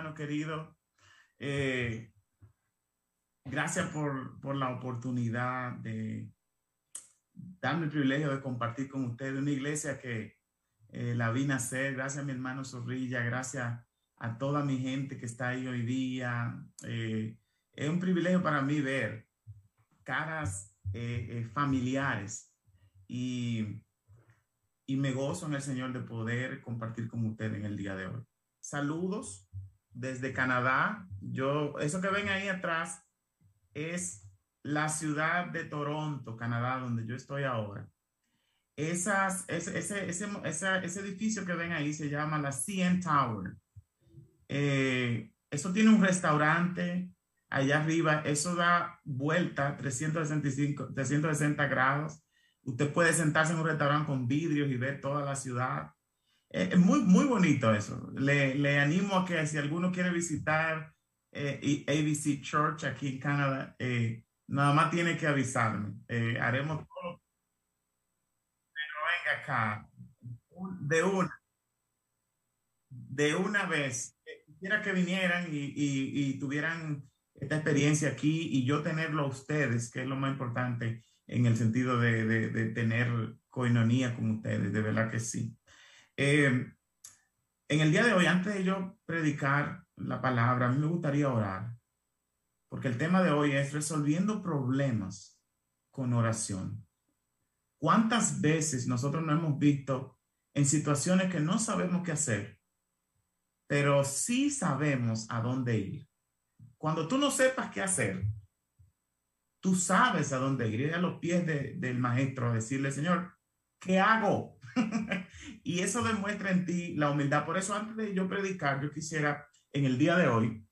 hermano querido. Eh, Gracias por la oportunidad de darme el privilegio de compartir con ustedes una iglesia que la vi nacer. Gracias a mi hermano Zorrilla, gracias a toda mi gente que está ahí hoy día. Es un privilegio para mí ver caras familiares y, y me gozo en el Señor de poder compartir con ustedes en el día de hoy. Saludos desde Canadá. Eso que ven ahí atrás es la ciudad de Toronto, Canadá, donde yo estoy ahora. Ese edificio que ven ahí se llama la CN Tower. Eso tiene un restaurante allá arriba. Eso da vuelta 360 grados. Usted puede sentarse en un restaurante con vidrios y ver toda la ciudad. Es muy, muy bonito eso. Le animo a que si alguno quiere visitar ABC Church aquí en Canadá, nada más tiene que avisarme. Haremos todo. Venga acá, de una, de una vez. Quisiera que vinieran y tuvieran esta experiencia aquí y yo tenerlo a ustedes, que es lo más importante en el sentido de tener coinonía con ustedes, de verdad que sí. En el día de hoy, antes de yo predicar la palabra, a mí me gustaría orar, porque el tema de hoy es resolviendo problemas con oración. ¿Cuántas veces nosotros nos hemos visto en situaciones que no sabemos qué hacer, pero sí sabemos a dónde ir? Cuando tú no sepas qué hacer, tú sabes a dónde ir a los pies del maestro a decirle, Señor, ¿qué hago? Y eso demuestra en ti la humildad. Por eso, antes de yo predicar, yo quisiera en el día de hoy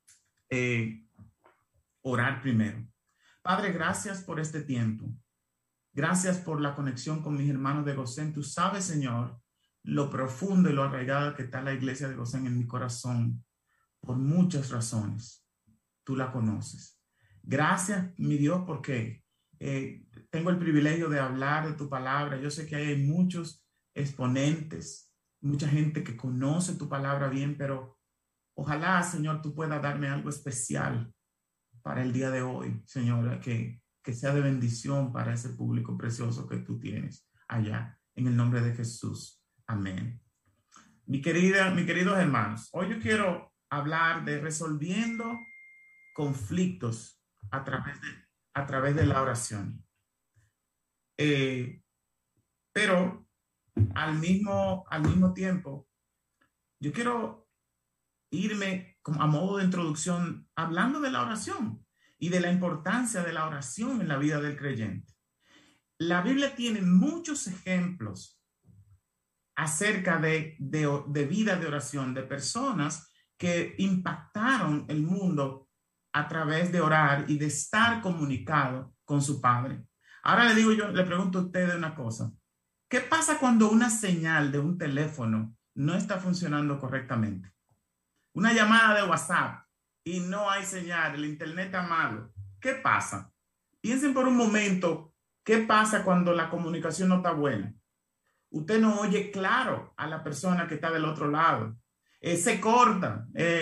orar primero. Padre, gracias por este tiempo. Gracias por la conexión con mis hermanos de Gosén. Tú sabes, Señor, lo profundo y lo arraigada que está la iglesia de Gosén en mi corazón por muchas razones. Tú la conoces. Gracias, mi Dios, porque tengo el privilegio de hablar de tu palabra. Yo sé que hay muchos exponentes, mucha gente que conoce tu palabra bien, pero ojalá, Señor, tú puedas darme algo especial para el día de hoy, Señor, que sea de bendición para ese público precioso que tú tienes allá. En el nombre de Jesús. Amén. Mis queridos hermanos, hoy yo quiero hablar de resolviendo conflictos a través de la oración. Pero al mismo tiempo, yo quiero irme como a modo de introducción hablando de la oración y de la importancia de la oración en la vida del creyente. La Biblia tiene muchos ejemplos acerca de vida de oración, de personas que impactaron el mundo a través de orar y de estar comunicado con su Padre. Ahora le pregunto a ustedes una cosa. ¿Qué pasa cuando una señal de un teléfono no está funcionando correctamente? Una llamada de WhatsApp y no hay señal, el internet está malo. ¿Qué pasa? Piensen por un momento, ¿qué pasa cuando la comunicación no está buena? Usted no oye claro a la persona que está del otro lado. Se corta.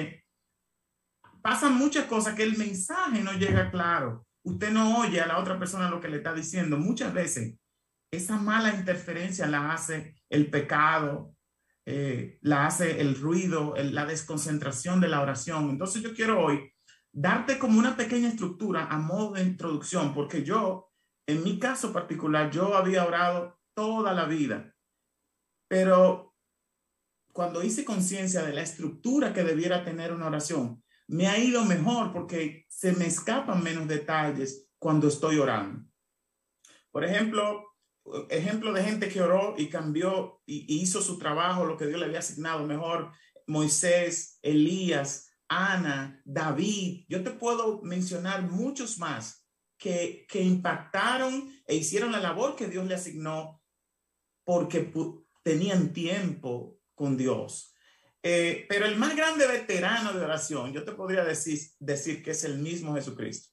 Pasan muchas cosas que el mensaje no llega claro. Usted no oye a la otra persona lo que le está diciendo. Muchas veces esa mala interferencia la hace el pecado, la hace el ruido, la desconcentración de la oración. Entonces yo quiero hoy darte como una pequeña estructura a modo de introducción, porque yo, en mi caso particular, yo había orado toda la vida, pero cuando hice conciencia de la estructura que debiera tener una oración, me ha ido mejor porque se me escapan menos detalles cuando estoy orando. Por ejemplo de gente que oró y cambió y hizo su trabajo, lo que Dios le había asignado mejor. Moisés, Elías, Ana, David. Yo te puedo mencionar muchos más que impactaron e hicieron la labor que Dios le asignó porque tenían tiempo con Dios. Pero el más grande veterano de oración, yo te podría decir que es el mismo Jesucristo.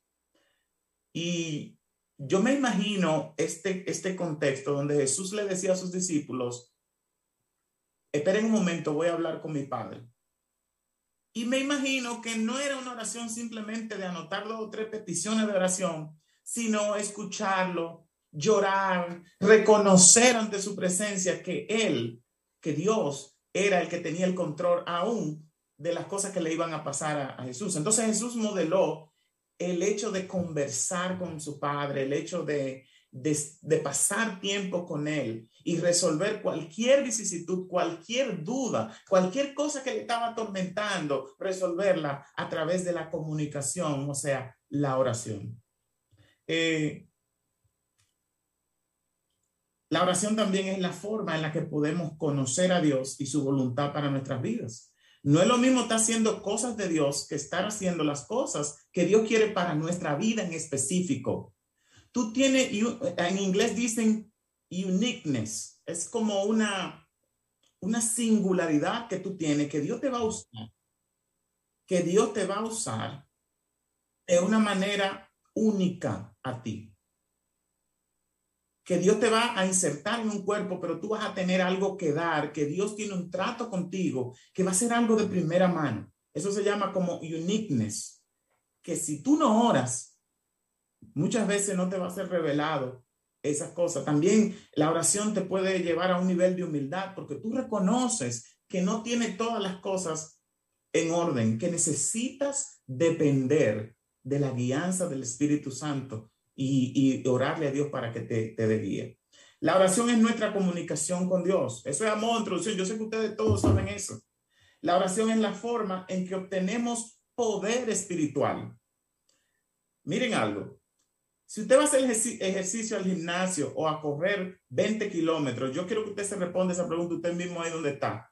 Y yo me imagino este contexto donde Jesús le decía a sus discípulos, esperen un momento, voy a hablar con mi Padre. Y me imagino que no era una oración simplemente de anotar 2 o 3 peticiones de oración, sino escucharlo, llorar, reconocer ante su presencia que él, que Dios era el que tenía el control aún de las cosas que le iban a pasar a Jesús. Entonces Jesús modeló el hecho de conversar con su padre, el hecho de pasar tiempo con él y resolver cualquier vicisitud, cualquier duda, cualquier cosa que le estaba atormentando, resolverla a través de la comunicación, o sea, la oración. La oración también es la forma en la que podemos conocer a Dios y su voluntad para nuestras vidas. No es lo mismo estar haciendo cosas de Dios que estar haciendo las cosas que Dios quiere para nuestra vida en específico. Tú tienes, en inglés dicen uniqueness, es como una singularidad que tú tienes, que Dios te va a usar, que Dios te va a usar de una manera única a ti. Que Dios te va a insertar en un cuerpo, pero tú vas a tener algo que dar, que Dios tiene un trato contigo, que va a ser algo de primera mano. Eso se llama como uniqueness, que si tú no oras, muchas veces no te va a ser revelado esas cosas. También la oración te puede llevar a un nivel de humildad, porque tú reconoces que no tiene todas las cosas en orden, que necesitas depender de la guianza del Espíritu Santo y orarle a Dios para que te dé guía. La oración es nuestra comunicación con Dios. Eso es a modo de introducción. Yo sé que ustedes todos saben eso. La oración es la forma en que obtenemos poder espiritual. Miren algo. Si usted va a hacer ejercicio al gimnasio o a correr 20 kilómetros, yo quiero que usted se responda esa pregunta usted mismo ahí donde está.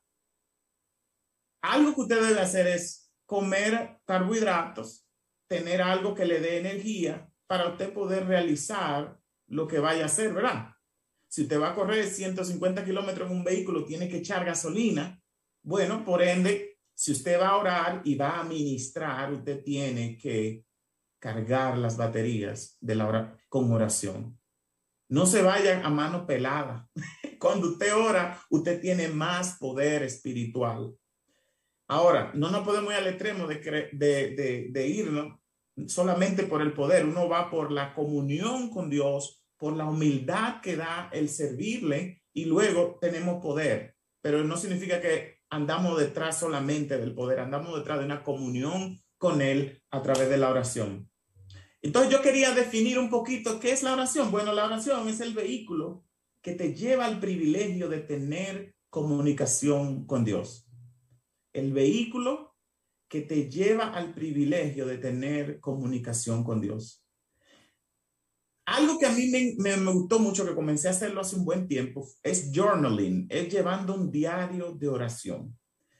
Algo que usted debe hacer es comer carbohidratos, tener algo que le dé energía para usted poder realizar lo que vaya a hacer, ¿verdad? Si usted va a correr 150 kilómetros en un vehículo, tiene que echar gasolina. Bueno, por ende, si usted va a orar y va a ministrar, usted tiene que cargar las baterías de con oración. No se vayan a mano pelada. Cuando usted ora, usted tiene más poder espiritual. Ahora, no nos podemos ir al extremo de irnos solamente por el poder. Uno va por la comunión con Dios, por la humildad que da el servirle y luego tenemos poder. Pero no significa que andamos detrás solamente del poder, andamos detrás de una comunión con Él a través de la oración. Entonces yo quería definir un poquito qué es la oración. Bueno, la oración es el vehículo que te lleva al privilegio de tener comunicación con Dios. El vehículo que te lleva al privilegio de tener comunicación con Dios. Algo que a mí me gustó mucho, que comencé a hacerlo hace un buen tiempo, es journaling, es llevando un diario de oración.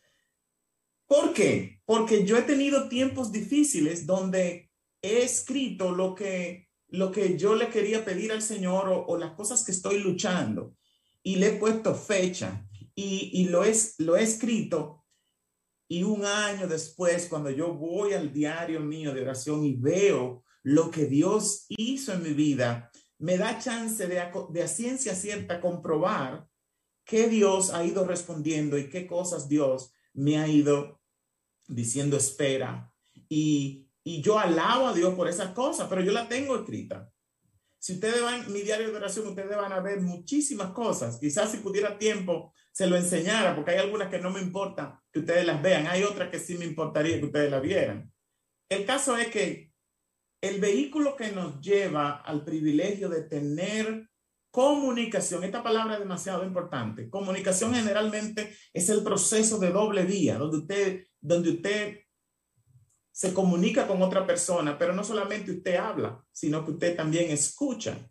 ¿Por qué? Porque yo he tenido tiempos difíciles donde he escrito lo que yo le quería pedir al Señor o las cosas que estoy luchando y le he puesto fecha y lo he escrito. Y un año después, cuando yo voy al diario mío de oración y veo lo que Dios hizo en mi vida, me da chance de a ciencia cierta comprobar qué Dios ha ido respondiendo y qué cosas Dios me ha ido diciendo espera. Y yo alabo a Dios por esas cosas, pero yo la tengo escrita. Si ustedes van en mi diario de oración, ustedes van a ver muchísimas cosas. Quizás si pudiera tiempo, se lo enseñara, porque hay algunas que no me importa que ustedes las vean. Hay otras que sí me importaría que ustedes las vieran. El caso es que el vehículo que nos lleva al privilegio de tener comunicación, esta palabra es demasiado importante. Comunicación generalmente es el proceso de doble vía, donde usted se comunica con otra persona, pero no solamente usted habla, sino que usted también escucha.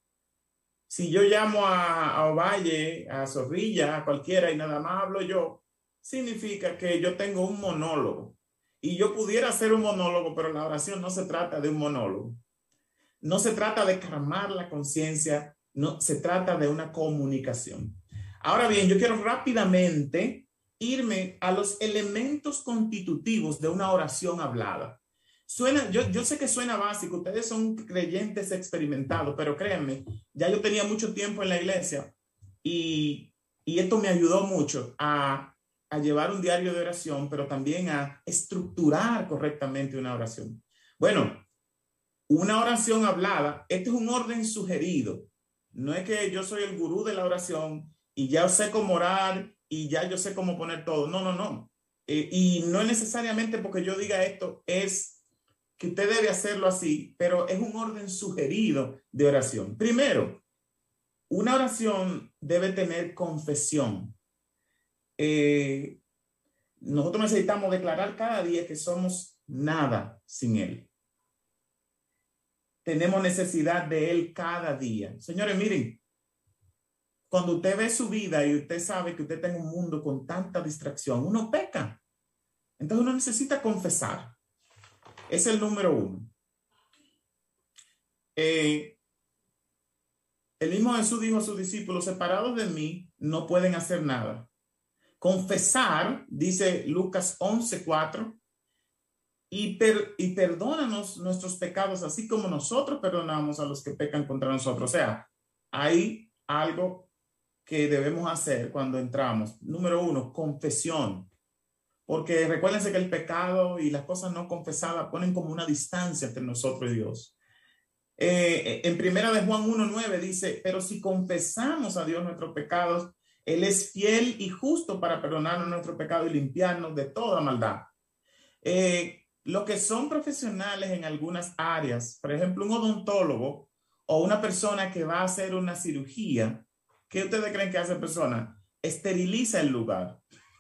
Si yo llamo a Ovalle, a Zorrilla, a cualquiera y nada más hablo yo, significa que yo tengo un monólogo. Y yo pudiera hacer un monólogo, pero la oración no se trata de un monólogo. No se trata de calmar la conciencia, no, se trata de una comunicación. Ahora bien, yo quiero rápidamente irme a los elementos constitutivos de una oración hablada. Yo sé que suena básico, ustedes son creyentes experimentados, pero créanme, ya yo tenía mucho tiempo en la iglesia y esto me ayudó mucho a a llevar un diario de oración, pero también a estructurar correctamente una oración. Bueno, una oración hablada, este es un orden sugerido. No es que yo soy el gurú de la oración y ya sé cómo orar y ya yo sé cómo poner todo. No, no, no. Y no es necesariamente porque yo diga esto, es que usted debe hacerlo así, pero es un orden sugerido de oración. Primero, una oración debe tener confesión. Nosotros necesitamos declarar cada día que somos nada sin Él. Tenemos necesidad de Él cada día. Señores, miren, cuando usted ve su vida y usted sabe que usted está en un mundo con tanta distracción, uno peca. Entonces uno necesita confesar. Es el número uno. El mismo Jesús dijo a sus discípulos, separados de mí, no pueden hacer nada. Confesar, dice Lucas 11:4, y perdónanos nuestros pecados, así como nosotros perdonamos a los que pecan contra nosotros. O sea, hay algo que debemos hacer cuando entramos. Número uno, confesión. Porque recuérdense que el pecado y las cosas no confesadas ponen como una distancia entre nosotros y Dios. En primera de Juan 1:9 dice, pero si confesamos a Dios nuestros pecados, Él es fiel y justo para perdonarnos nuestros pecados y limpiarnos de toda maldad. Los que son profesionales en algunas áreas, por ejemplo, un odontólogo o una persona que va a hacer una cirugía, ¿qué ustedes creen que hace persona? Esteriliza el lugar.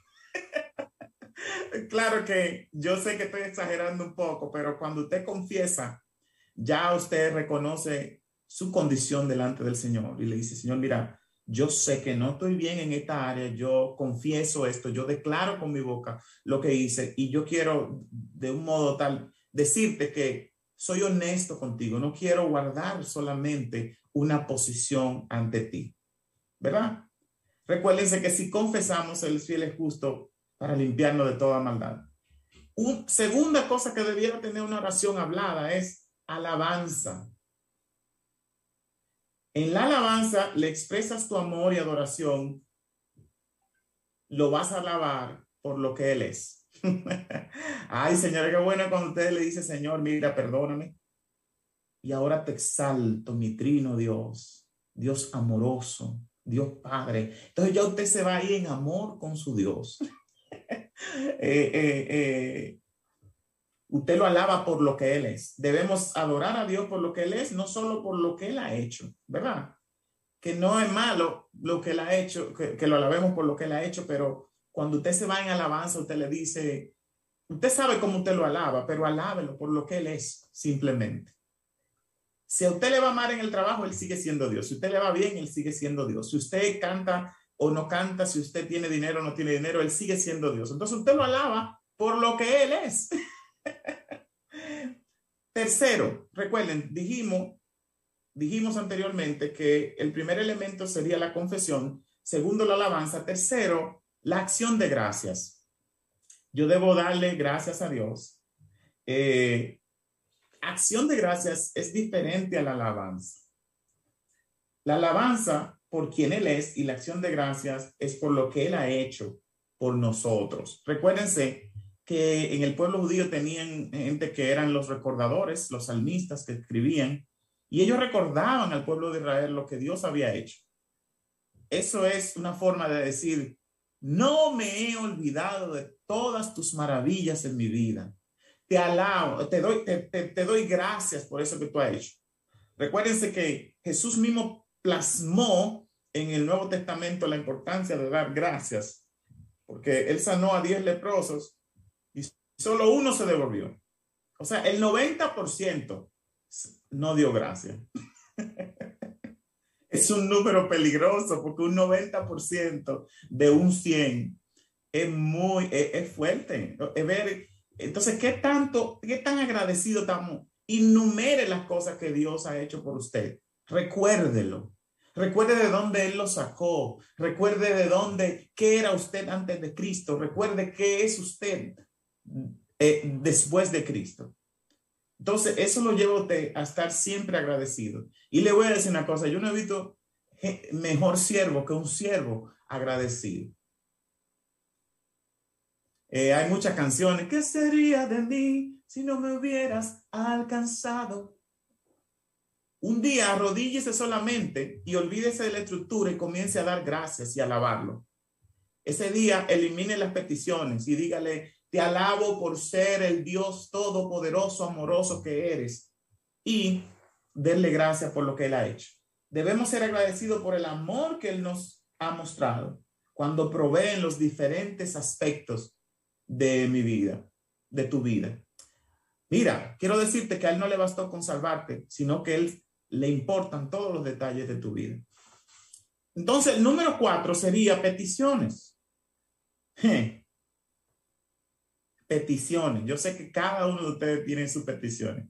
Claro que yo sé que estoy exagerando un poco, pero cuando usted confiesa, ya usted reconoce su condición delante del Señor y le dice, Señor, mira, yo sé que no estoy bien en esta área, yo confieso esto, yo declaro con mi boca lo que hice y yo quiero de un modo tal decirte que soy honesto contigo, no quiero guardar solamente una posición ante ti, ¿verdad? Recuérdense que si confesamos, Él es fiel y justo para limpiarnos de toda maldad. Segunda cosa que debiera tener una oración hablada es alabanza. En la alabanza le expresas tu amor y adoración, lo vas a alabar por lo que Él es. Ay, Señor, qué bueno cuando usted le dice, Señor, mira, perdóname. Y ahora te exalto, mi trino Dios, Dios amoroso, Dios Padre. Entonces ya usted se va ahí en amor con su Dios. Usted lo alaba por lo que Él es. Debemos adorar a Dios por lo que Él es, no solo por lo que Él ha hecho, ¿verdad? Que no es malo lo que Él ha hecho, que lo alabemos por lo que Él ha hecho, pero cuando usted se va en alabanza, usted le dice, usted sabe cómo usted lo alaba, pero alábelo por lo que Él es, simplemente. Si a usted le va mal en el trabajo, Él sigue siendo Dios. Si a usted le va bien, Él sigue siendo Dios. Si usted canta o no canta, si usted tiene dinero o no tiene dinero, Él sigue siendo Dios. Entonces usted lo alaba por lo que Él es. Tercero, recuerden, dijimos anteriormente que el primer elemento sería la confesión, segundo, la alabanza, tercero, la acción de gracias. Yo debo darle gracias a Dios. Acción de gracias es diferente a la alabanza. La alabanza por quien Él es y la acción de gracias es por lo que Él ha hecho por nosotros. Recuérdense que en el pueblo judío tenían gente que eran los recordadores, los salmistas que escribían, y ellos recordaban al pueblo de Israel lo que Dios había hecho. Eso es una forma de decir, no me he olvidado de todas tus maravillas en mi vida. Te alabo, te doy gracias por eso que tú has hecho. Recuérdense que Jesús mismo plasmó en el Nuevo Testamento la importancia de dar gracias, porque Él sanó a 10 leprosos y solo uno se devolvió. O sea, el 90% no dio gracias. Es un número peligroso porque un 90% de un 100 es fuerte. Es ver, entonces, ¿qué tan agradecido estamos? Innumere las cosas que Dios ha hecho por usted. Recuérdelo. Recuerde de dónde Él lo sacó. Recuerde de dónde, qué era usted antes de Cristo. Recuerde qué es usted después de Cristo. Entonces, eso lo lleva a usted a estar siempre agradecido. Y le voy a decir una cosa, yo no he visto mejor siervo que un siervo agradecido. Hay muchas canciones. ¿Qué sería de mí si no me hubieras alcanzado? Un día arrodíllese solamente y olvídese de la estructura y comience a dar gracias y alabarlo. Ese día elimine las peticiones y dígale, te alabo por ser el Dios todopoderoso, amoroso que eres, y denle gracias por lo que Él ha hecho. Debemos ser agradecidos por el amor que Él nos ha mostrado cuando provee en los diferentes aspectos de mi vida, de tu vida. Mira, quiero decirte que a Él no le bastó con salvarte, sino que a Él le importan todos los detalles de tu vida. Entonces, el número 4 sería peticiones. Peticiones. Yo sé que cada uno de ustedes tiene sus peticiones.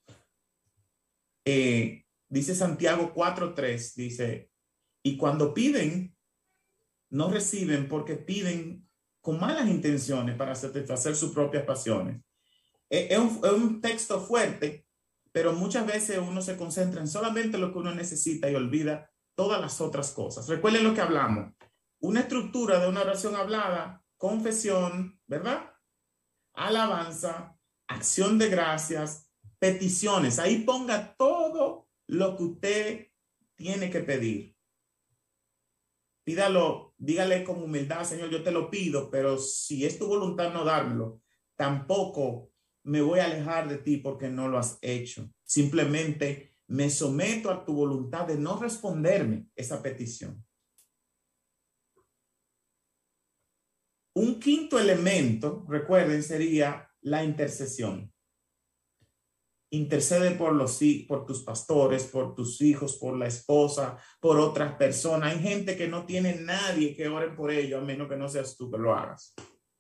Dice Santiago 4:3, dice, y cuando piden, no reciben porque piden con malas intenciones para satisfacer sus propias pasiones. Es un texto fuerte, pero muchas veces uno se concentra en solamente lo que uno necesita y olvida todas las otras cosas. Recuerden lo que hablamos. Una estructura de una oración hablada, confesión, ¿verdad? Alabanza, acción de gracias, peticiones. Ahí ponga todo lo que usted tiene que pedir. Pídalo, dígale con humildad, Señor, yo te lo pido, pero si es tu voluntad no dármelo, tampoco me voy a alejar de ti porque no lo has hecho. Simplemente me someto a tu voluntad de no responderme esa petición. Un quinto elemento, recuerden, sería la intercesión. Intercede por tus pastores, por tus hijos, por la esposa, por otras personas. Hay gente que no tiene nadie que ore por ellos, a menos que no seas tú que lo hagas.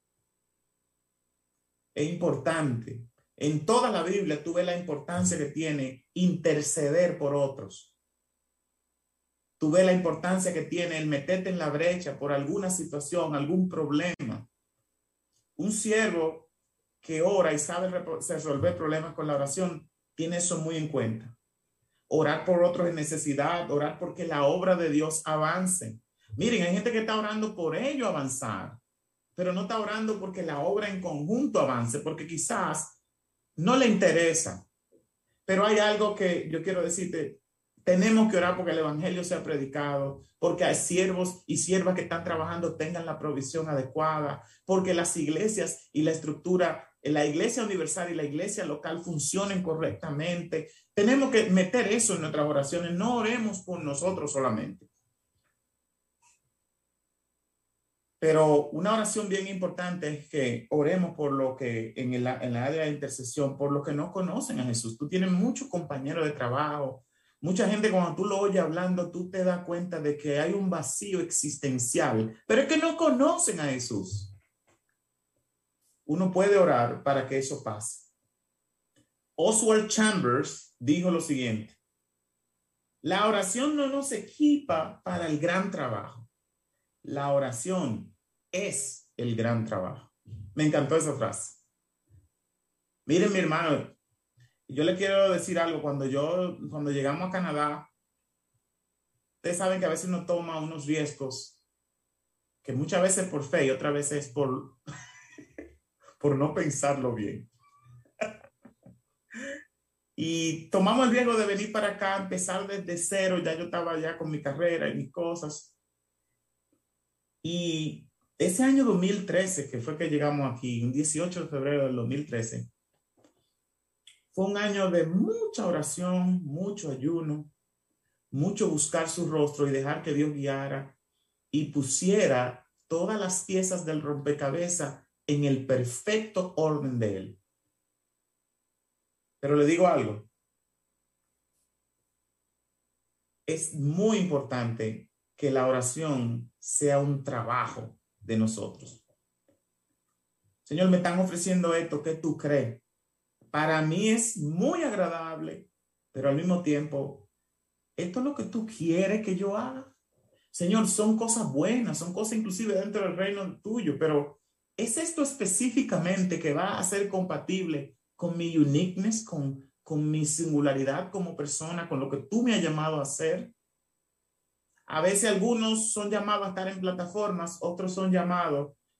Es importante. En toda la Biblia tú ves la importancia que tiene interceder por otros. Tú ves la importancia que tiene el meterte en la brecha por alguna situación, algún problema. Un siervo que ora y sabe resolver problemas con la oración, tiene eso muy en cuenta. Orar por otros en necesidad, orar porque la obra de Dios avance. Miren, hay gente que está orando por ello avanzar, pero no está orando porque la obra en conjunto avance, porque quizás no le interesa. Pero hay algo que yo quiero decirte, tenemos que orar porque el evangelio sea predicado, porque hay siervos y siervas que están trabajando tengan la provisión adecuada, porque las iglesias y la estructura, la iglesia universal y la iglesia local funcionen correctamente. Tenemos que meter eso en nuestras oraciones, no oremos por nosotros solamente. Pero una oración bien importante es que oremos por lo que en la área de intercesión, por los que no conocen a Jesús. Tú tienes muchos compañeros de trabajo, mucha gente cuando tú lo oyes hablando, tú te das cuenta de que hay un vacío existencial, pero es que no conocen a Jesús. Uno puede orar para que eso pase. Oswald Chambers dijo lo siguiente: la oración no nos equipa para el gran trabajo. La oración es el gran trabajo. Me encantó esa frase. Miren, mi hermano, yo le quiero decir algo. Cuando llegamos a Canadá, ustedes saben que a veces uno toma unos riesgos que muchas veces por fe y otras veces por no pensarlo bien. Y tomamos el riesgo de venir para acá, empezar desde cero. Ya yo estaba ya con mi carrera y mis cosas. Y ese año 2013, que fue que llegamos aquí, un 18 de febrero del 2013, fue un año de mucha oración, mucho ayuno, mucho buscar su rostro y dejar que Dios guiara y pusiera todas las piezas del rompecabezas en el perfecto orden de Él. Pero le digo algo. Es muy importante que la oración sea un trabajo de nosotros. Señor, me están ofreciendo esto, ¿qué tú crees? Para mí es muy agradable, pero al mismo tiempo, ¿esto es lo que tú quieres que yo haga? Señor, son cosas buenas, son cosas inclusive dentro del reino tuyo, pero ¿es esto específicamente que va a ser compatible con mi uniqueness, con mi singularidad como persona, con lo que tú me has llamado a hacer? A veces algunos son llamados a estar en plataformas, otros son llamados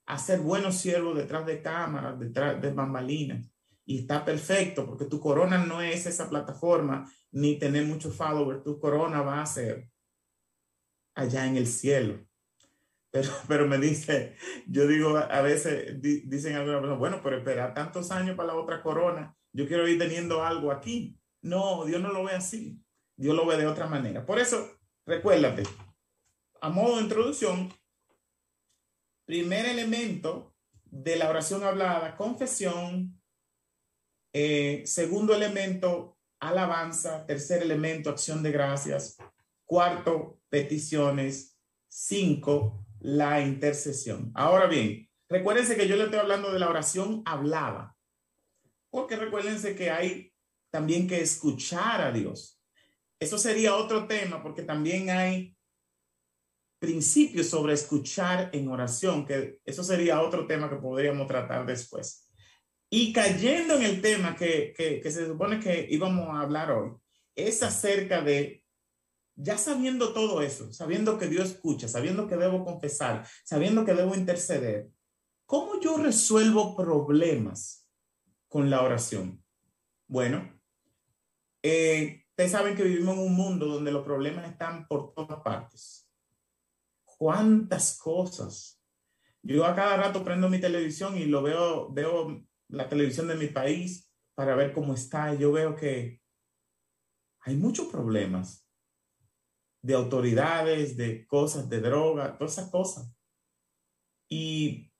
a ser buenos siervos detrás de cámaras, detrás de bambalinas. Y está perfecto, porque tu corona no es esa plataforma, ni tener muchos followers. Tu corona va a ser allá en el cielo. Pero me dice, yo digo, a veces dicen algunas personas, bueno, pero espera tantos años para la otra corona, yo quiero ir teniendo algo aquí. No, Dios no lo ve así, Dios lo ve de otra manera. Por eso, recuérdate, a modo de introducción, primer elemento de la oración hablada, confesión. Segundo elemento, alabanza. Tercer elemento, acción de gracias. Cuarto, peticiones. 5, la intercesión. Ahora bien, recuérdense que yo le estoy hablando de la oración hablada, porque recuérdense que hay también que escuchar a Dios. Eso sería otro tema, porque también hay principios sobre escuchar en oración, que eso sería otro tema que podríamos tratar después. Y cayendo en el tema que se supone que íbamos a hablar hoy, es acerca de, ya sabiendo todo eso, sabiendo que Dios escucha, sabiendo que debo confesar, sabiendo que debo interceder, ¿cómo yo resuelvo problemas con la oración? Bueno, ustedes saben que vivimos en un mundo donde los problemas están por todas partes. ¿Cuántas cosas? Yo a cada rato prendo mi televisión y veo la televisión de mi país para ver cómo está. Y yo veo que hay muchos problemas de autoridades, de cosas, de droga, todas esas cosas. Y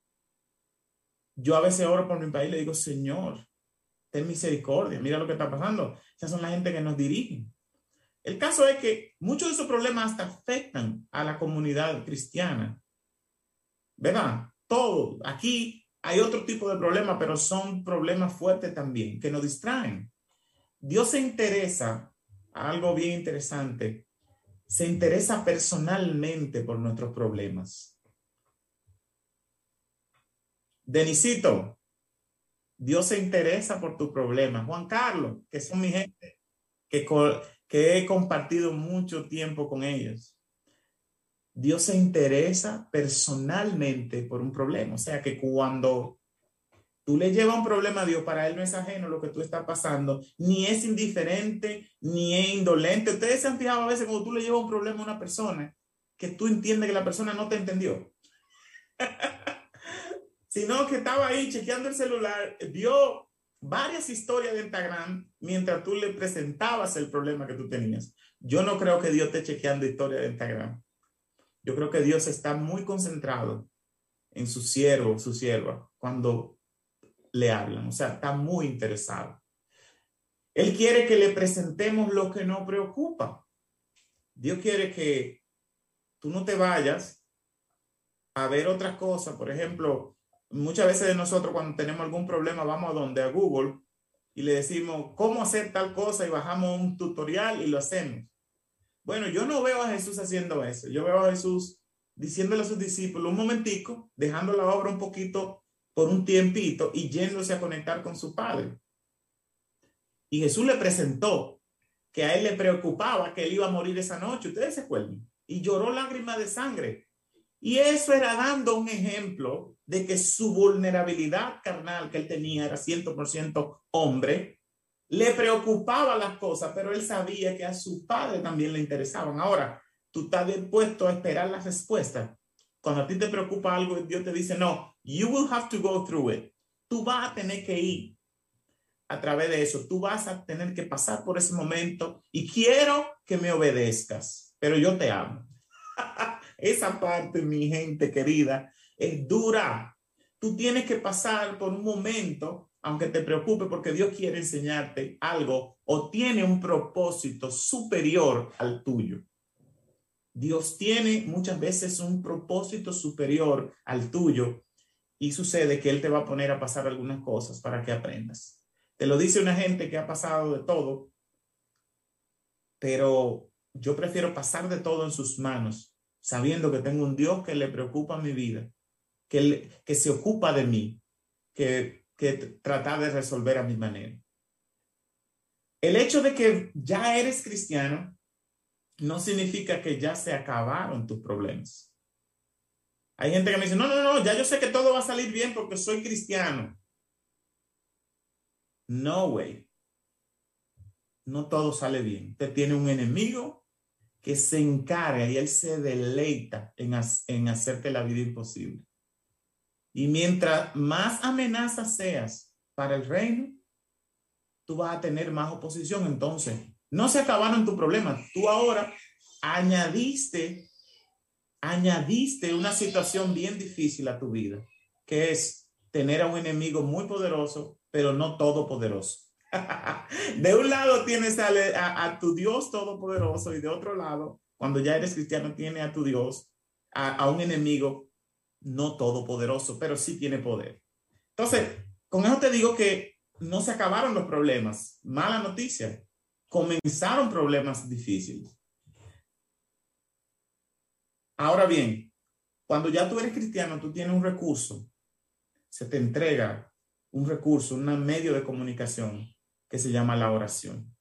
yo a veces oro por mi país y le digo, Señor, ten misericordia, mira lo que está pasando. Esas son la gente que nos dirigen. El caso es que muchos de esos problemas hasta afectan a la comunidad cristiana, ¿verdad? Todo. Aquí hay otro tipo de problemas, pero son problemas fuertes también, que nos distraen. Dios se interesa, algo bien interesante, se interesa personalmente por nuestros problemas. Denisito, Dios se interesa por tus problemas. Juan Carlos, que son mi gente, que he compartido mucho tiempo con ellos. Dios se interesa personalmente por un problema. O sea que cuando tú le llevas un problema a Dios, para Él no es ajeno lo que tú estás pasando, ni es indiferente, ni es indolente. Ustedes se han fijado a veces cuando tú le llevas un problema a una persona, que tú entiendes que la persona no te entendió, sino que estaba ahí chequeando el celular, vio varias historias de Instagram mientras tú le presentabas el problema que tú tenías. Yo no creo que Dios esté chequeando historias de Instagram. Yo creo que Dios está muy concentrado en su siervo, su sierva, cuando le hablan. O sea, está muy interesado. Él quiere que le presentemos lo que nos preocupa. Dios quiere que tú no te vayas a ver otras cosas. Por ejemplo, muchas veces nosotros cuando tenemos algún problema vamos a Google y le decimos cómo hacer tal cosa y bajamos un tutorial y lo hacemos. Bueno, yo no veo a Jesús haciendo eso. Yo veo a Jesús diciéndole a sus discípulos un momentico, dejando la obra un poquito por un tiempito y yéndose a conectar con su Padre. Y Jesús le presentó que a él le preocupaba que él iba a morir esa noche. Ustedes se acuerdan. Y lloró lágrimas de sangre. Y eso era dando un ejemplo de que su vulnerabilidad carnal que él tenía era 100% hombre. Le preocupaba las cosas, pero él sabía que a su padre también le interesaban. Ahora, tú estás dispuesto a esperar la respuesta. Cuando a ti te preocupa algo, Dios te dice, no, you will have to go through it. Tú vas a tener que ir a través de eso. Tú vas a tener que pasar por ese momento y quiero que me obedezcas, pero yo te amo. Esa parte, mi gente querida, es dura. Tú tienes que pasar por un momento, aunque te preocupe, porque Dios quiere enseñarte algo o tiene un propósito superior al tuyo. Dios tiene muchas veces un propósito superior al tuyo y sucede que Él te va a poner a pasar algunas cosas para que aprendas. Te lo dice una gente que ha pasado de todo, pero yo prefiero pasar de todo en sus manos, sabiendo que tengo un Dios que le preocupa mi vida, que se ocupa de mí, que tratar de resolver a mi manera. El hecho de que ya eres cristiano no significa que ya se acabaron tus problemas. Hay gente que me dice, no, no, no, ya yo sé que todo va a salir bien porque soy cristiano. No, güey. No todo sale bien. Usted tiene un enemigo que se encarga y él se deleita en hacerte la vida imposible. Y mientras más amenaza seas para el reino, tú vas a tener más oposición. Entonces, no se acabaron tus problemas. Tú ahora añadiste una situación bien difícil a tu vida, que es tener a un enemigo muy poderoso, pero no todopoderoso. De un lado tienes a tu Dios todopoderoso y de otro lado, cuando ya eres cristiano, tienes a tu Dios, a un enemigo no todopoderoso, pero sí tiene poder. Entonces, con eso te digo que no se acabaron los problemas. Mala noticia. Comenzaron problemas difíciles. Ahora bien, cuando ya tú eres cristiano, tú tienes un recurso, se te entrega un recurso, un medio de comunicación que se llama la oración.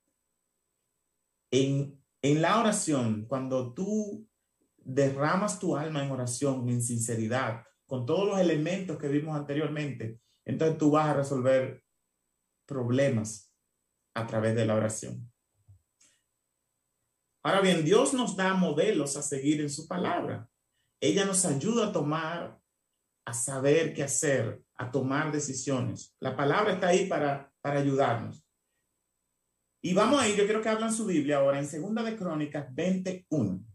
En la oración, cuando tú derramas tu alma en oración, en sinceridad, con todos los elementos que vimos anteriormente, entonces tú vas a resolver problemas a través de la oración. Ahora bien, Dios nos da modelos a seguir en su palabra. Ella nos ayuda a tomar, a saber qué hacer, a tomar decisiones. La palabra está ahí para ayudarnos. Y vamos a ir, yo quiero que hablen su Biblia ahora en 2 de Crónicas 21.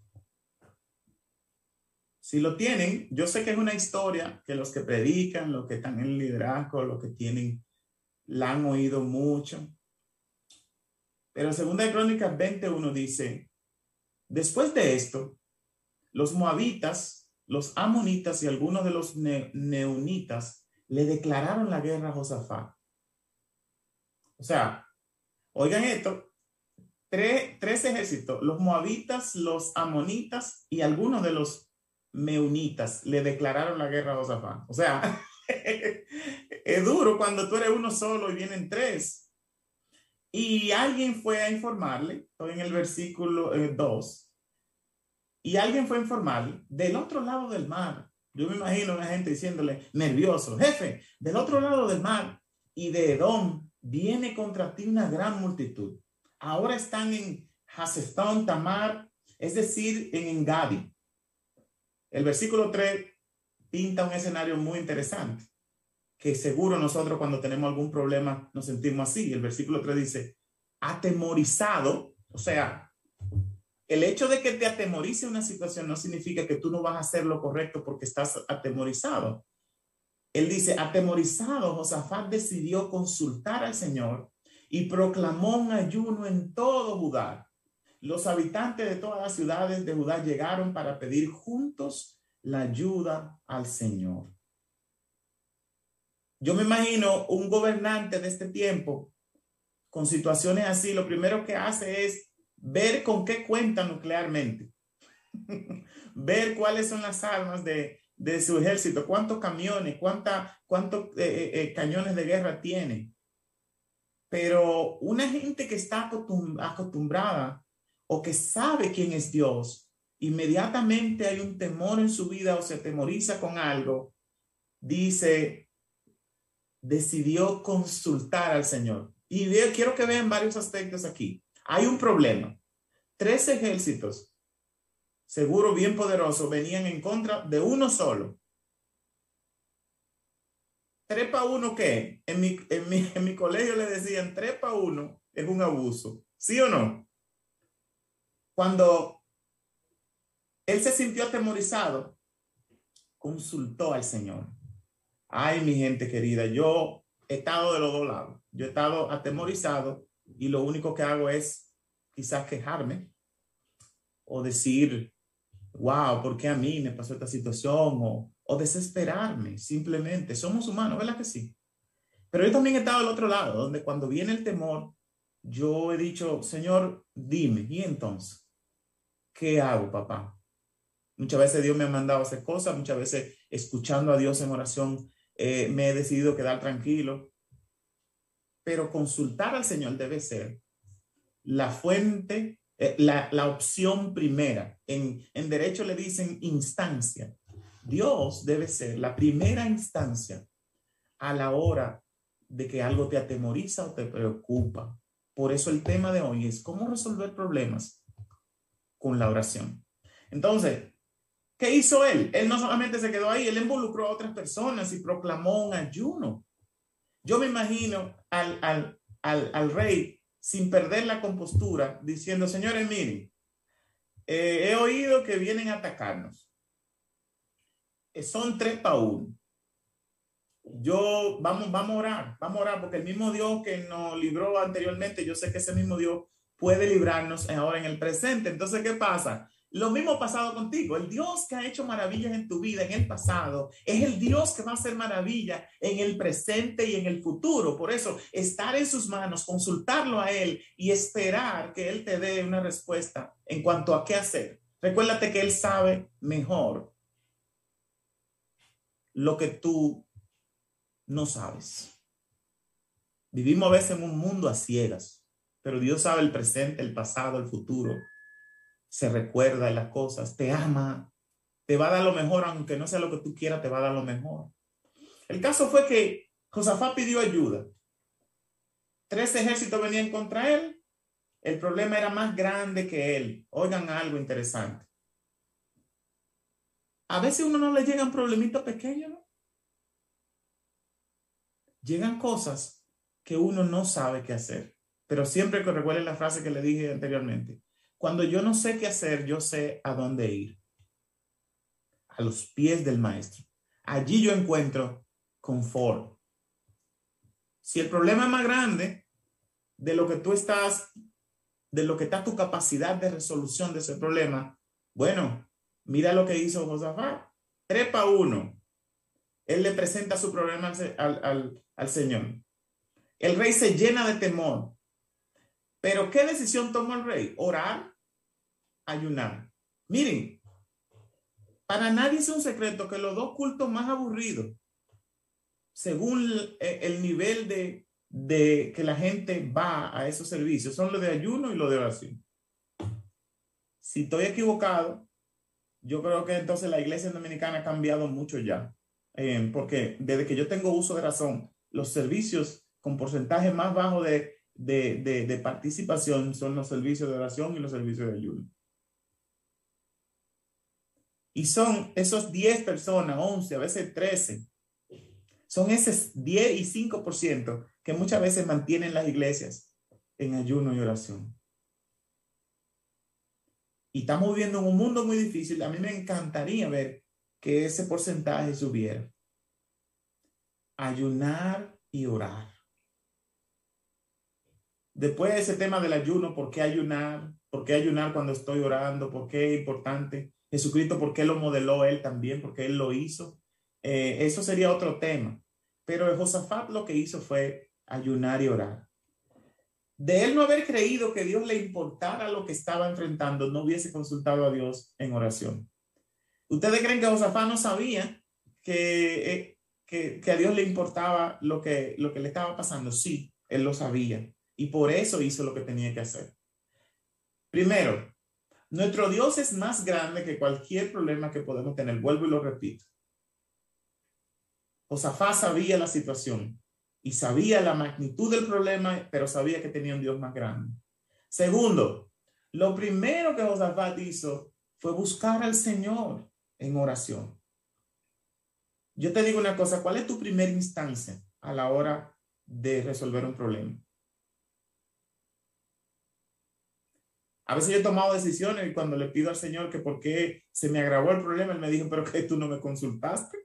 Si lo tienen, yo sé que es una historia que los que predican, los que están en liderazgo, los que tienen, la han oído mucho. Pero 2 de Crónicas 21 dice, después de esto, los moabitas, los amonitas y algunos de los neunitas le declararon la guerra a Josafat. O sea, oigan esto, tres ejércitos, los moabitas, los amonitas y algunos de los meunitas le declararon la guerra a Josafat. O sea, es duro cuando tú eres uno solo y vienen tres. Y alguien fue a informarle, estoy en el versículo 2, y alguien fue a informarle del otro lado del mar. Yo me imagino a una gente diciéndole, nervioso, jefe, del otro lado del mar y de Edom viene contra ti una gran multitud. Ahora están en Hazestón Tamar, es decir, en Engadi. El versículo 3 pinta un escenario muy interesante, que seguro nosotros cuando tenemos algún problema nos sentimos así. El versículo 3 dice, atemorizado, o sea, el hecho de que te atemorice una situación no significa que tú no vas a hacer lo correcto porque estás atemorizado. Él dice, atemorizado, Josafat decidió consultar al Señor y proclamó un ayuno en todo Judá. Los habitantes de todas las ciudades de Judá llegaron para pedir juntos la ayuda al Señor. Yo me imagino un gobernante de este tiempo con situaciones así, lo primero que hace es ver con qué cuenta nuclearmente, ver cuáles son las armas de su ejército, cuántos camiones, cuántos cañones de guerra tiene. Pero una gente que está acostumbrada o que sabe quién es Dios, inmediatamente hay un temor en su vida o se atemoriza con algo, dice, decidió consultar al Señor. Y quiero que vean varios aspectos aquí. Hay un problema. 3 ejércitos, seguro bien poderosos, venían en contra de uno solo. 3 para 1, ¿qué? En mi colegio le decían 3 para 1 es un abuso. ¿Sí o no? Cuando él se sintió atemorizado, consultó al Señor. Ay, mi gente querida, yo he estado de los dos lados. Yo he estado atemorizado y lo único que hago es quizás quejarme o decir, wow, ¿por qué a mí me pasó esta situación? O desesperarme, simplemente. Somos humanos, ¿verdad que sí? Pero yo también he estado del otro lado, donde cuando viene el temor, yo he dicho, Señor, dime, ¿y entonces? ¿Qué hago, papá? Muchas veces Dios me ha mandado a hacer cosas, muchas veces escuchando a Dios en oración, me he decidido quedar tranquilo. Pero consultar al Señor debe ser la fuente, la opción primera. En derecho le dicen instancia, Dios debe ser la primera instancia a la hora de que algo te atemoriza o te preocupa. Por eso el tema de hoy es cómo resolver problemas con la oración. Entonces, ¿qué hizo él? Él no solamente se quedó ahí, él involucró a otras personas y proclamó un ayuno. Yo me imagino al rey sin perder la compostura diciendo, señores, miren, he oído que vienen a atacarnos. Son 3 para 1. Vamos a orar, porque el mismo Dios que nos libró anteriormente, yo sé que ese mismo Dios puede librarnos ahora en el presente. Entonces, ¿qué pasa? Lo mismo ha pasado contigo. El Dios que ha hecho maravillas en tu vida en el pasado es el Dios que va a hacer maravillas en el presente y en el futuro. Por eso, estar en sus manos, consultarlo a Él y esperar que Él te dé una respuesta en cuanto a qué hacer. Recuérdate que Él sabe mejor lo que tú no sabes. Vivimos a veces en un mundo a ciegas, pero Dios sabe el presente, el pasado, el futuro. Se recuerda de las cosas, te ama, te va a dar lo mejor, aunque no sea lo que tú quieras, te va a dar lo mejor. El caso fue que Josafat pidió ayuda. 3 ejércitos venían contra él. El problema era más grande que él. Oigan algo interesante. A veces a uno no le llegan problemitas pequeños, ¿no? Llegan cosas que uno no sabe qué hacer. Pero siempre que recuerden la frase que le dije anteriormente. Cuando yo no sé qué hacer, yo sé a dónde ir. A los pies del maestro. Allí yo encuentro confort. Si el problema es más grande de lo que tú estás, de lo que está tu capacidad de resolución de ese problema, bueno, mira lo que hizo Josafat. 3 para 1. Él le presenta su problema al Señor. El rey se llena de temor. Pero ¿qué decisión tomó el rey? Orar, ayunar. Miren, para nadie es un secreto que los 2 cultos más aburridos, según el nivel de que la gente va a esos servicios, son los de ayuno y los de oración. Si estoy equivocado, yo creo que entonces la iglesia dominicana ha cambiado mucho ya. Porque desde que yo tengo uso de razón, los servicios con porcentaje más bajo de participación son los servicios de oración y los servicios de ayuno. Y son esos 10 personas, 11, a veces 13. Son esos 10 y 5% que muchas veces mantienen las iglesias en ayuno y oración. Y estamos viviendo en un mundo muy difícil. A mí me encantaría ver que ese porcentaje subiera. Ayunar y orar. Después de ese tema del ayuno, ¿por qué ayunar? ¿Por qué ayunar cuando estoy orando? ¿Por qué es importante? Jesucristo, ¿por qué lo modeló él también? ¿Por qué él lo hizo? Eso sería otro tema. Pero Josafat lo que hizo fue ayunar y orar. De él no haber creído que Dios le importara lo que estaba enfrentando, no hubiese consultado a Dios en oración. ¿Ustedes creen que Josafat no sabía que a Dios le importaba lo que le estaba pasando? Sí, él lo sabía. Y por eso hizo lo que tenía que hacer. Primero, nuestro Dios es más grande que cualquier problema que podemos tener. Vuelvo y lo repito. Josafat sabía la situación y sabía la magnitud del problema, pero sabía que tenía un Dios más grande. Segundo, lo primero que Josafat hizo fue buscar al Señor en oración. Yo te digo una cosa, ¿cuál es tu primera instancia a la hora de resolver un problema? A veces yo he tomado decisiones y cuando le pido al Señor que por qué se me agravó el problema, Él me dijo, pero que tú no me consultaste.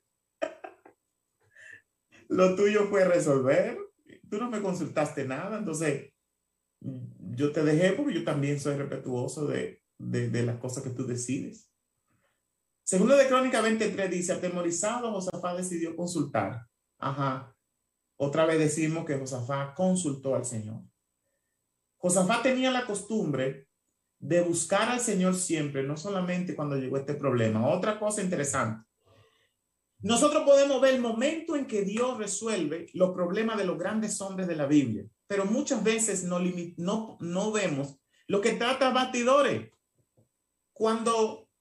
Lo tuyo fue resolver. Tú no me consultaste nada. Entonces, yo te dejé porque yo también soy respetuoso de las cosas que tú decides. Segundo de Crónicas 23 dice, atemorizado, Josafat decidió consultar. Ajá. Otra vez decimos que Josafat consultó al Señor. Josafat tenía la costumbre de buscar al Señor siempre, no solamente cuando llegó este problema. Otra cosa interesante. Nosotros podemos ver el momento en que Dios resuelve los problemas de los grandes hombres de la Biblia, pero muchas veces no vemos lo que trata bastidores. Cuando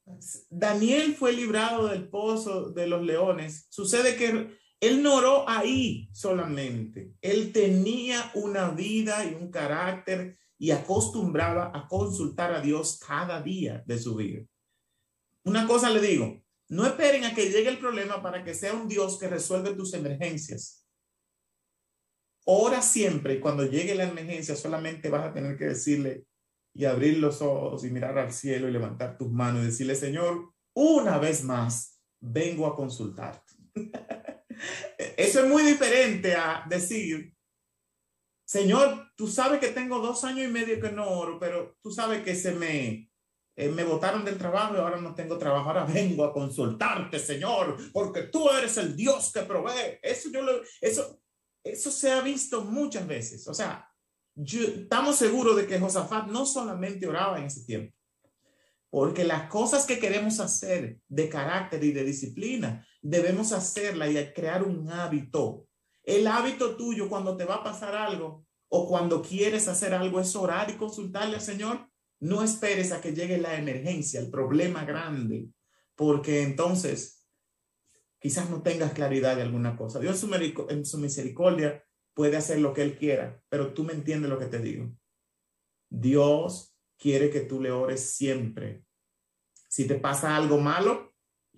Daniel fue librado del pozo de los leones. Sucede que él no oró ahí solamente. Él tenía una vida y un carácter y acostumbraba a consultar a Dios cada día de su vida. Una cosa le digo, no esperen a que llegue el problema para que sea un Dios que resuelve tus emergencias. Ora siempre y cuando llegue la emergencia solamente vas a tener que decirle y abrir los ojos y mirar al cielo y levantar tus manos y decirle, Señor, una vez más vengo a consultarte. Eso es muy diferente a decir, Señor, tú sabes que tengo 2 años y medio que no oro, pero tú sabes que me botaron del trabajo y ahora no tengo trabajo. Ahora vengo a consultarte, Señor, porque tú eres el Dios que provee. Eso se ha visto muchas veces. O sea, estamos seguros de que Josafat no solamente oraba en ese tiempo, porque las cosas que queremos hacer de carácter y de disciplina, debemos hacerla y crear un hábito. El hábito tuyo cuando te va a pasar algo o cuando quieres hacer algo es orar y consultarle al Señor. No esperes a que llegue la emergencia, el problema grande, porque entonces quizás no tengas claridad de alguna cosa. Dios en su misericordia puede hacer lo que Él quiera, pero tú me entiendes lo que te digo. Dios quiere que tú le ores siempre. Si te pasa algo malo,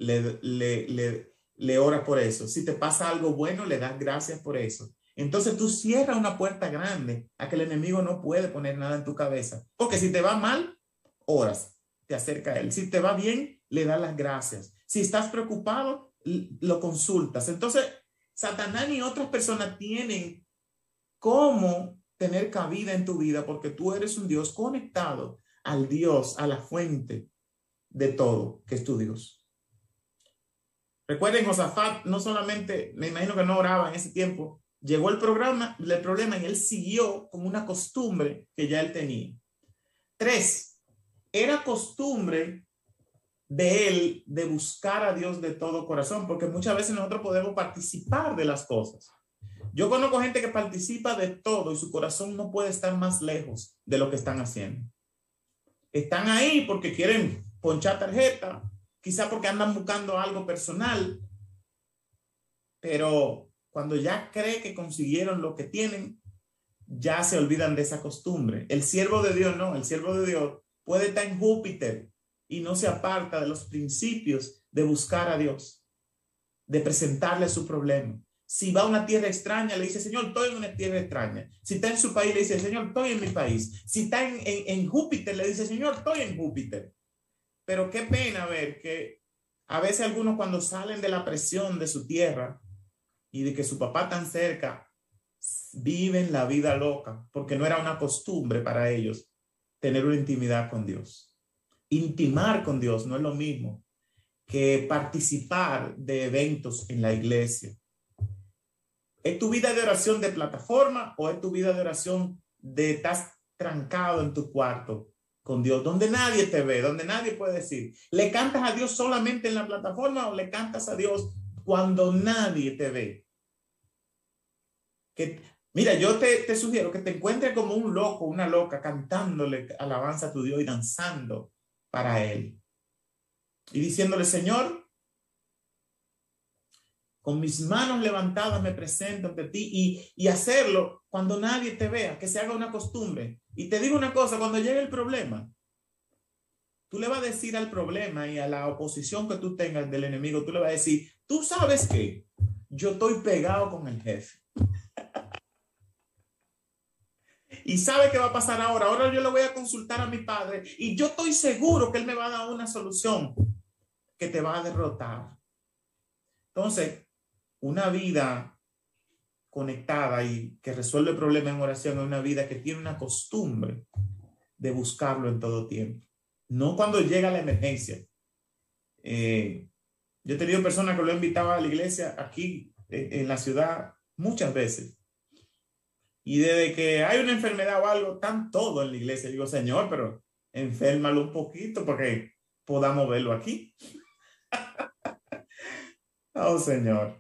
le oras por eso. Si te pasa algo bueno, le das gracias por eso. Entonces tú cierras una puerta grande a que el enemigo no puede poner nada en tu cabeza. Porque si te va mal, oras, te acerca a Él. Si te va bien, le das las gracias. Si estás preocupado, lo consultas. Entonces, Satanás y otras personas tienen cómo tener cabida en tu vida porque tú eres un Dios conectado al Dios, a la fuente de todo, que es tu Dios. Recuerden, Josafat no solamente, me imagino que no oraba en ese tiempo, llegó el problema y él siguió con una costumbre que ya él tenía. 3, era costumbre de él de buscar a Dios de todo corazón, porque muchas veces nosotros podemos participar de las cosas. Yo conozco gente que participa de todo y su corazón no puede estar más lejos de lo que están haciendo. Están ahí porque quieren ponchar tarjeta, quizá porque andan buscando algo personal, pero cuando ya cree que consiguieron lo que tienen, ya se olvidan de esa costumbre. El siervo de Dios no, el siervo de Dios puede estar en Júpiter y no se aparta de los principios de buscar a Dios, de presentarle su problema. Si va a una tierra extraña, le dice, Señor, estoy en una tierra extraña. Si está en su país, le dice, Señor, estoy en mi país. Si está en Júpiter, le dice, Señor, estoy en Júpiter. Pero qué pena ver que a veces algunos cuando salen de la presión de su tierra y de que su papá tan cerca, viven la vida loca, porque no era una costumbre para ellos tener una intimidad con Dios. Intimar con Dios no es lo mismo que participar de eventos en la iglesia. ¿Es tu vida de oración de plataforma o es tu vida de oración de estás trancado en tu cuarto con Dios, donde nadie te ve, donde nadie puede decir, ¿le cantas a Dios solamente en la plataforma o le cantas a Dios cuando nadie te ve? Mira, yo te sugiero que te encuentres como un loco, una loca, cantándole alabanza a tu Dios y danzando para Él. Y diciéndole, Señor, con mis manos levantadas me presento ante ti y hacerlo cuando nadie te vea, que se haga una costumbre. Y te digo una cosa, cuando llegue el problema, tú le vas a decir al problema y a la oposición que tú tengas del enemigo, tú le vas a decir, tú sabes que yo estoy pegado con el jefe. Y sabe qué va a pasar ahora. Ahora yo le voy a consultar a mi padre y yo estoy seguro que él me va a dar una solución que te va a derrotar. Entonces, una vida conectada y que resuelve problemas en oración es una vida que tiene una costumbre de buscarlo en todo tiempo. No cuando llega la emergencia. Yo he tenido personas que lo invitaban a la iglesia aquí en la ciudad muchas veces. Y desde que hay una enfermedad o algo, están todos en la iglesia. Digo, Señor, pero enférmalo un poquito para que podamos verlo aquí. Oh, Señor.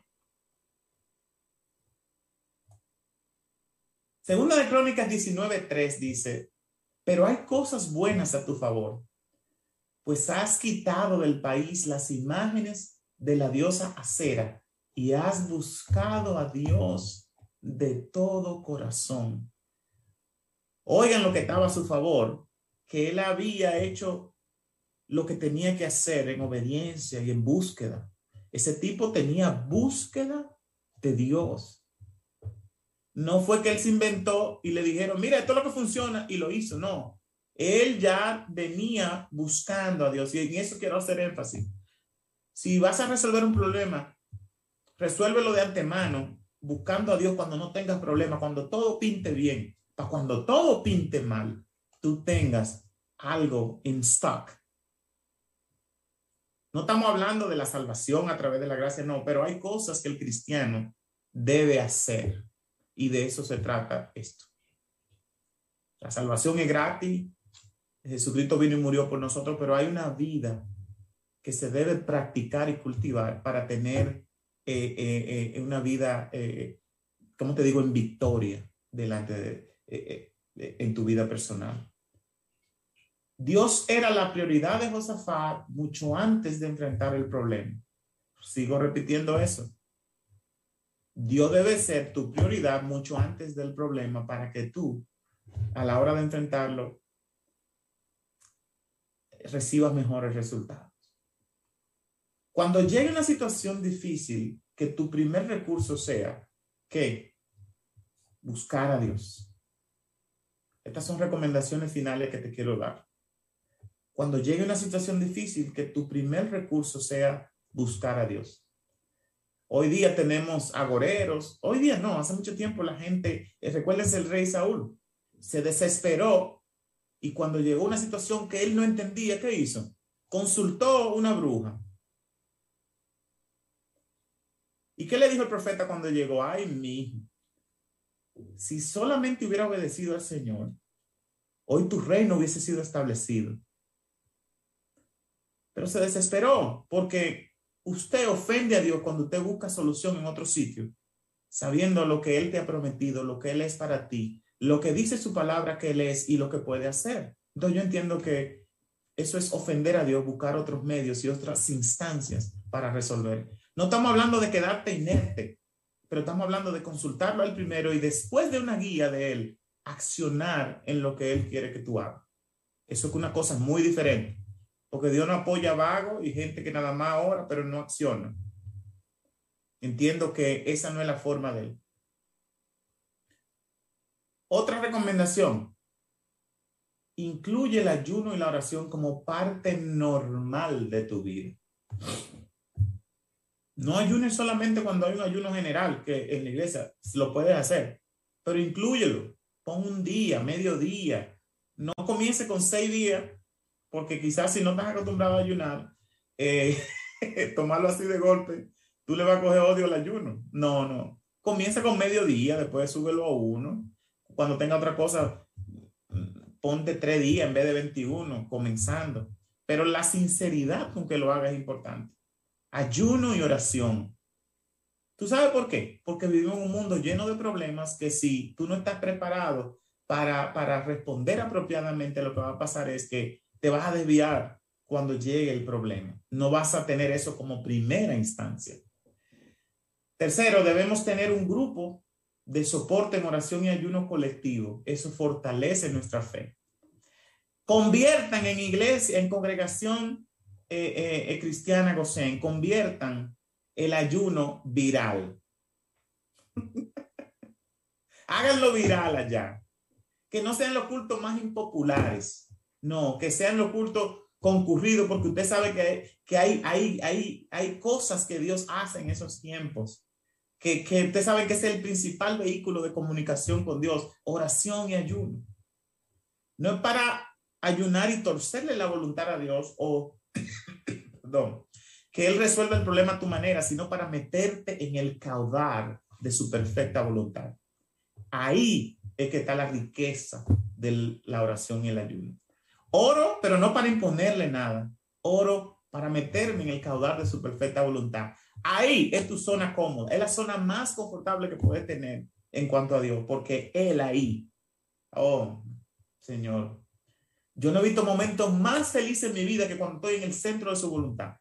Segunda de Crónicas 19:3 dice, pero hay cosas buenas a tu favor. pues has quitado del país las imágenes de la diosa Acera y has buscado a Dios de todo corazón. Oigan lo que estaba a su favor, que él había hecho lo que tenía que hacer en obediencia y en búsqueda. Ese tipo tenía búsqueda de Dios. No fue que él se inventó y le dijeron, mira, esto es lo que funciona y lo hizo. No, él ya venía buscando a Dios y en eso quiero hacer énfasis. Si vas a resolver un problema, resuélvelo de antemano, buscando a Dios cuando no tengas problemas, cuando todo pinte bien, para cuando todo pinte mal, tú tengas algo en stock. No estamos hablando de la salvación a través de la gracia, no, pero hay cosas que el cristiano debe hacer y de eso se trata esto. La salvación es gratis, Jesucristo vino y murió por nosotros, pero hay una vida que se debe practicar y cultivar para tener una vida, ¿cómo te digo?, en victoria delante en tu vida personal. Dios era la prioridad de Josafat mucho antes de enfrentar el problema. Sigo repitiendo eso. Dios debe ser tu prioridad mucho antes del problema para que tú, a la hora de enfrentarlo, recibas mejores resultados. Cuando llegue una situación difícil, que tu primer recurso sea que buscar a Dios. Estas son recomendaciones finales que te quiero dar. Cuando llegue una situación difícil, que tu primer recurso sea buscar a Dios. Hoy día tenemos agoreros. Hoy día no, hace mucho tiempo la gente, recuérdense el rey Saúl, se desesperó y cuando llegó una situación que él no entendía, ¿qué hizo? Consultó una bruja. ¿Y qué le dijo el profeta cuando llegó? Ay, mi hijo, si solamente hubiera obedecido al Señor, hoy tu reino hubiese sido establecido. Pero se desesperó porque usted ofende a Dios cuando usted busca solución en otro sitio, sabiendo lo que Él te ha prometido, lo que Él es para ti, lo que dice su palabra que Él es y lo que puede hacer. Entonces yo entiendo que eso es ofender a Dios, buscar otros medios y otras instancias para resolver. No estamos hablando de quedarte inerte, pero estamos hablando de consultarlo al primero y después de una guía de Él, accionar en lo que Él quiere que tú hagas. Eso es una cosa muy diferente. Porque Dios no apoya a vagos y gente que nada más ora, pero no acciona. Entiendo que esa no es la forma de Él. Otra recomendación. Incluye el ayuno y la oración como parte normal de tu vida. No ayunes solamente cuando hay un ayuno general, que en la iglesia lo puedes hacer, pero inclúyelo. Pon un día, medio día. No comience con 6 días. Porque quizás si no estás acostumbrado a ayunar, tomarlo así de golpe, tú le vas a coger odio al ayuno. No, no. Comienza con medio día, después súbelo a 1. Cuando tenga otra cosa, ponte 3 días en vez de 21, comenzando. Pero la sinceridad con que lo hagas es importante. Ayuno y oración. ¿Tú sabes por qué? Porque vivimos en un mundo lleno de problemas que si tú no estás preparado para responder apropiadamente, lo que va a pasar es que te vas a desviar cuando llegue el problema. No vas a tener eso como primera instancia. Tercero, debemos tener un grupo de soporte en oración y ayuno colectivo. Eso fortalece nuestra fe. Conviertan en iglesia, en congregación cristiana Gosén, conviertan el ayuno viral. Háganlo viral allá. Que no sean los cultos más impopulares. No, que sean los cultos concurridos, porque usted sabe que hay cosas que Dios hace en esos tiempos, que usted sabe que es el principal vehículo de comunicación con Dios, oración y ayuno. No es para ayunar y torcerle la voluntad a Dios o, perdón, que Él resuelva el problema a tu manera, sino para meterte en el caudal de su perfecta voluntad. Ahí es que está la riqueza de la oración y el ayuno. Oro, pero no para imponerle nada. Oro para meterme en el caudal de su perfecta voluntad. Ahí es tu zona cómoda. Es la zona más confortable que puedes tener en cuanto a Dios, porque Él ahí. Oh, Señor. Yo no he visto momentos más felices en mi vida que cuando estoy en el centro de su voluntad.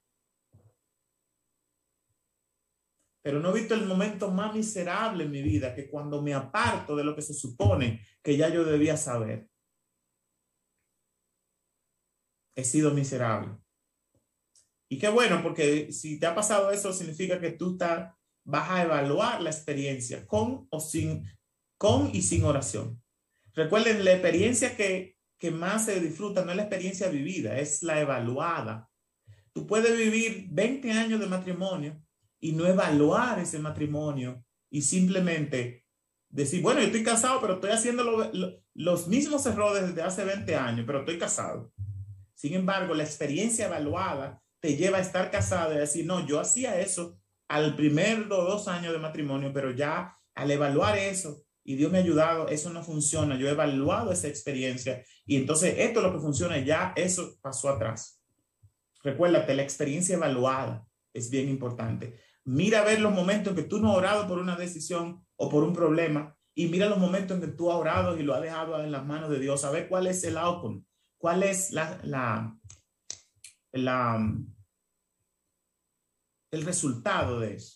Pero no he visto el momento más miserable en mi vida que cuando me aparto de lo que se supone que ya yo debía saber. He sido miserable. Y qué bueno, porque si te ha pasado eso, significa que vas a evaluar la experiencia con y sin oración. Recuerden, la experiencia que más se disfruta no es la experiencia vivida, es la evaluada. Tú puedes vivir 20 años de matrimonio y no evaluar ese matrimonio y simplemente decir, bueno, yo estoy casado, pero estoy haciendo los mismos errores desde hace 20 años, pero estoy casado. Sin embargo, la experiencia evaluada te lleva a estar casado y a decir, no, yo hacía eso al primer 2 años de matrimonio, pero ya al evaluar eso, y Dios me ha ayudado, eso no funciona, yo he evaluado esa experiencia y entonces esto es lo que funciona, ya eso pasó atrás. Recuérdate, la experiencia evaluada es bien importante. Mira a ver los momentos en que tú no has orado por una decisión o por un problema y mira los momentos en que tú has orado y lo has dejado en las manos de Dios. A ver cuál es el outcome, cuál es el resultado de eso.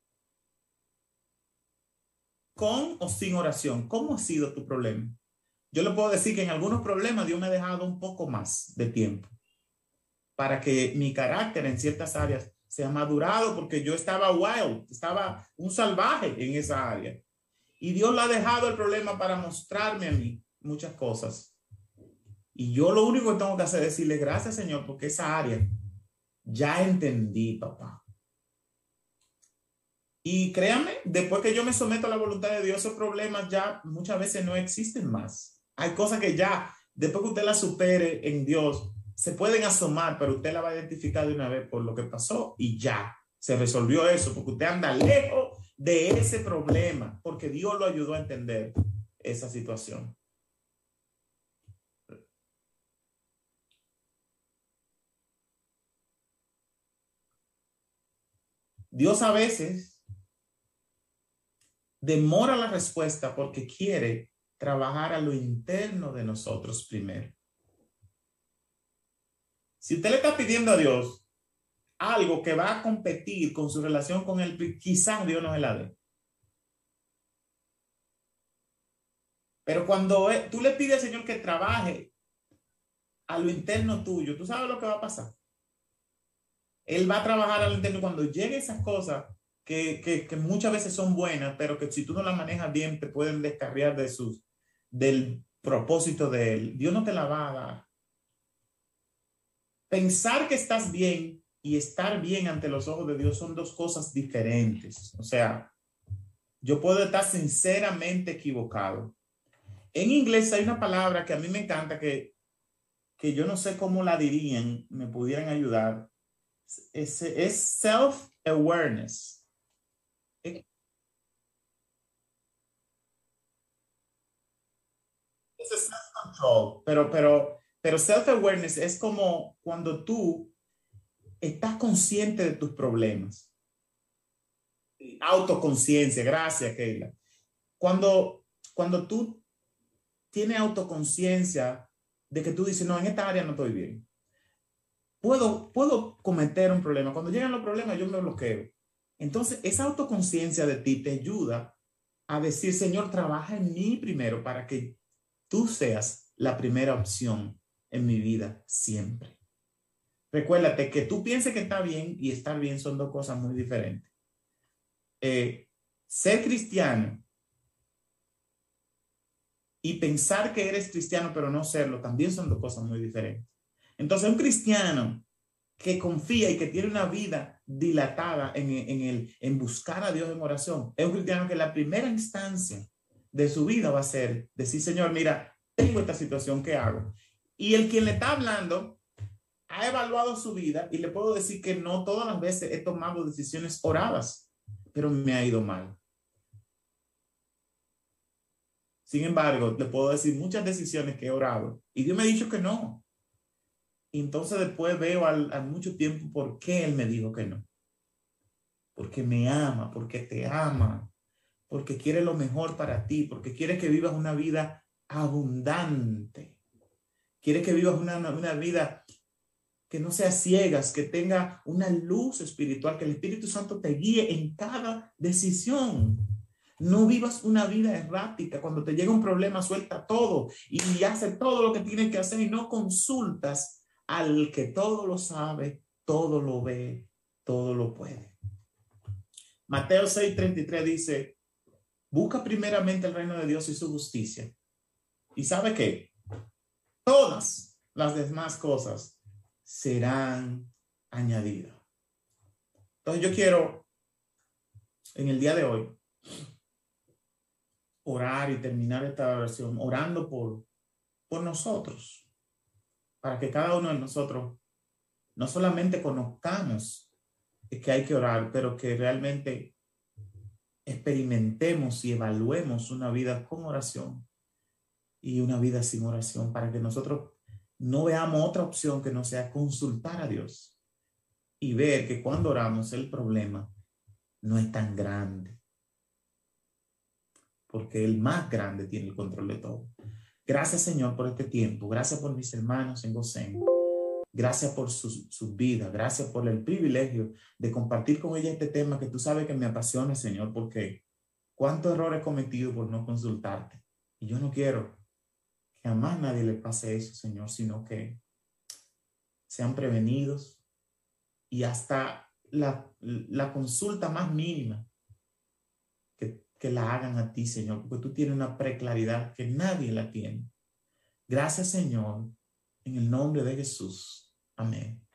Con o sin oración, ¿cómo ha sido tu problema? Yo le puedo decir que en algunos problemas Dios me ha dejado un poco más de tiempo para que mi carácter en ciertas áreas sea madurado, porque yo estaba wild, estaba un salvaje en esa área. Y Dios le ha dejado el problema para mostrarme a mí muchas cosas. Y yo lo único que tengo que hacer es decirle gracias, Señor, porque esa área ya entendí, papá. Y créanme, después que yo me someto a la voluntad de Dios, esos problemas ya muchas veces no existen más. Hay cosas que ya, después que usted las supere en Dios, se pueden asomar, pero usted la va a identificar de una vez por lo que pasó y ya, se resolvió eso, porque usted anda lejos de ese problema, porque Dios lo ayudó a entender esa situación. Dios a veces demora la respuesta porque quiere trabajar a lo interno de nosotros primero. Si usted le está pidiendo a Dios algo que va a competir con su relación con él, quizás Dios no se la dé. Pero cuando tú le pides al Señor que trabaje a lo interno tuyo, tú sabes lo que va a pasar. Él va a trabajar a lo interno cuando llegue esas cosas que muchas veces son buenas, pero que si tú no las manejas bien, te pueden descarriar del propósito de él. Dios no te la va a dar. Pensar que estás bien y estar bien ante los ojos de Dios son dos cosas diferentes. O sea, yo puedo estar sinceramente equivocado. En inglés hay una palabra que a mí me encanta, que yo no sé cómo la dirían, me pudieran ayudar. Es self-awareness. Es self-control, pero self-awareness es como cuando tú estás consciente de tus problemas. Autoconciencia, gracias, Keila. Cuando tú tienes autoconciencia de que tú dices, no, en esta área no estoy bien. Puedo cometer un problema. Cuando llegan los problemas, yo me bloqueo. Entonces, esa autoconciencia de ti te ayuda a decir, Señor, trabaja en mí primero para que tú seas la primera opción en mi vida siempre. Recuérdate que tú pienses que está bien y estar bien son dos cosas muy diferentes. Ser cristiano y pensar que eres cristiano pero no serlo también son dos cosas muy diferentes. Entonces, un cristiano que confía y que tiene una vida dilatada en buscar a Dios en oración, es un cristiano que la primera instancia de su vida va a ser decir, Señor, mira, tengo esta situación, ¿qué hago? Y el quien le está hablando ha evaluado su vida y le puedo decir que no todas las veces he tomado decisiones oradas, pero me ha ido mal. Sin embargo, le puedo decir muchas decisiones que he orado y Dios me ha dicho que no. Y entonces después veo al mucho tiempo por qué Él me dijo que no. Porque me ama, porque te ama, porque quiere lo mejor para ti, porque quiere que vivas una vida abundante. Quiere que vivas una vida que no sea ciegas, que tenga una luz espiritual, que el Espíritu Santo te guíe en cada decisión. No vivas una vida errática. Cuando te llega un problema, suelta todo y hace todo lo que tienes que hacer y no consultas al que todo lo sabe, todo lo ve, todo lo puede. Mateo 6:33 dice, busca primeramente el reino de Dios y su justicia. ¿Y sabe qué? Todas las demás cosas serán añadidas. Entonces yo quiero en el día de hoy orar y terminar esta oración orando por nosotros, para que cada uno de nosotros no solamente conozcamos que hay que orar, pero que realmente experimentemos y evaluemos una vida con oración y una vida sin oración, para que nosotros no veamos otra opción que no sea consultar a Dios y ver que cuando oramos el problema no es tan grande, porque el más grande tiene el control de todo. Gracias, Señor, por este tiempo. Gracias por mis hermanos en Gosén. Gracias por sus vidas. Gracias por el privilegio de compartir con ella este tema que tú sabes que me apasiona, Señor, porque cuántos errores he cometido por no consultarte. Y yo no quiero que jamás nadie le pase eso, Señor, sino que sean prevenidos y hasta la consulta más mínima que la hagan a ti, Señor, porque tú tienes una preclaridad que nadie la tiene. Gracias, Señor, en el nombre de Jesús. Amén.